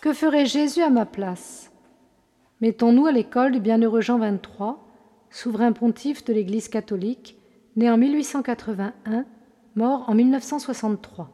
Que ferait Jésus à ma place? Mettons-nous à l'école du bienheureux Jean XXIII, souverain pontife de l'Église catholique, né en 1881, mort en 1963.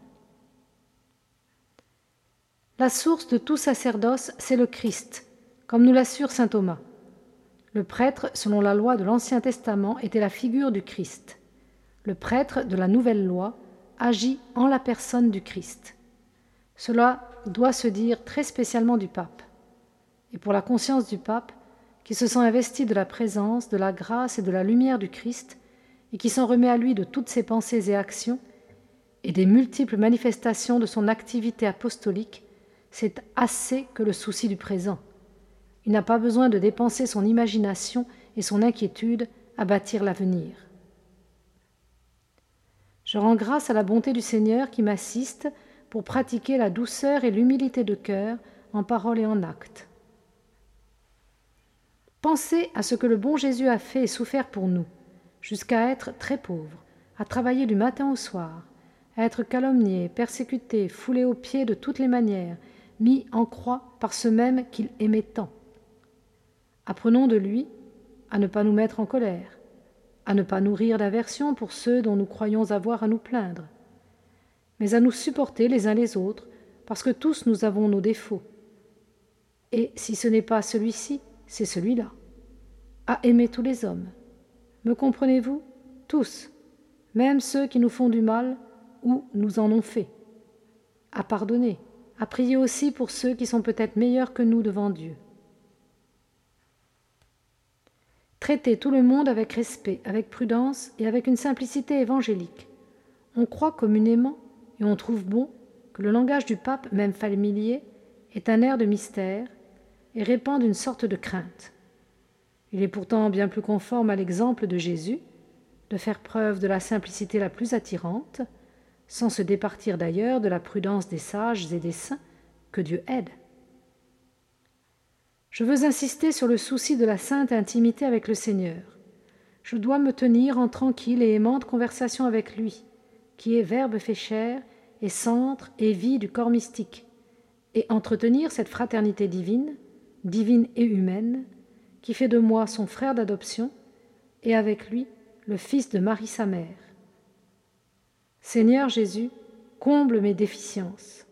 La source de tout sacerdoce, c'est le Christ, comme nous l'assure saint Thomas. Le prêtre, selon la loi de l'Ancien Testament, était la figure du Christ. Le prêtre de la Nouvelle Loi agit en la personne du Christ. Cela doit se dire très spécialement du pape. Et pour la conscience du pape, qui se sent investi de la présence, de la grâce et de la lumière du Christ, et qui s'en remet à lui de toutes ses pensées et actions, et des multiples manifestations de son activité apostolique, c'est assez que le souci du présent. Il n'a pas besoin de dépenser son imagination et son inquiétude à bâtir l'avenir. Je rends grâce à la bonté du Seigneur qui m'assiste pour pratiquer la douceur et l'humilité de cœur en parole et en acte. Pensez à ce que le bon Jésus a fait et souffert pour nous, jusqu'à être très pauvre, à travailler du matin au soir, à être calomnié, persécuté, foulé aux pieds de toutes les manières, mis en croix par ceux mêmes qu'il aimait tant. Apprenons de lui à ne pas nous mettre en colère, à ne pas nourrir d'aversion pour ceux dont nous croyons avoir à nous plaindre, mais à nous supporter les uns les autres, parce que tous nous avons nos défauts. Et si ce n'est pas celui-ci, c'est celui-là. À aimer tous les hommes. Me comprenez-vous? Tous, même ceux qui nous font du mal ou nous en ont fait. À pardonner, à prier aussi pour ceux qui sont peut-être meilleurs que nous devant Dieu. Traiter tout le monde avec respect, avec prudence et avec une simplicité évangélique. On croit communément et on trouve bon que le langage du pape, même familier, est un air de mystère et répand une sorte de crainte. Il est pourtant bien plus conforme à l'exemple de Jésus, de faire preuve de la simplicité la plus attirante, sans se départir d'ailleurs de la prudence des sages et des saints, que Dieu aide. Je veux insister sur le souci de la sainte intimité avec le Seigneur. Je dois me tenir en tranquille et aimante conversation avec lui, qui est Verbe fait chair et centre et vie du corps mystique, et entretenir cette fraternité divine, divine et humaine, qui fait de moi son frère d'adoption, et avec lui le fils de Marie sa mère. Seigneur Jésus, comble mes déficiences.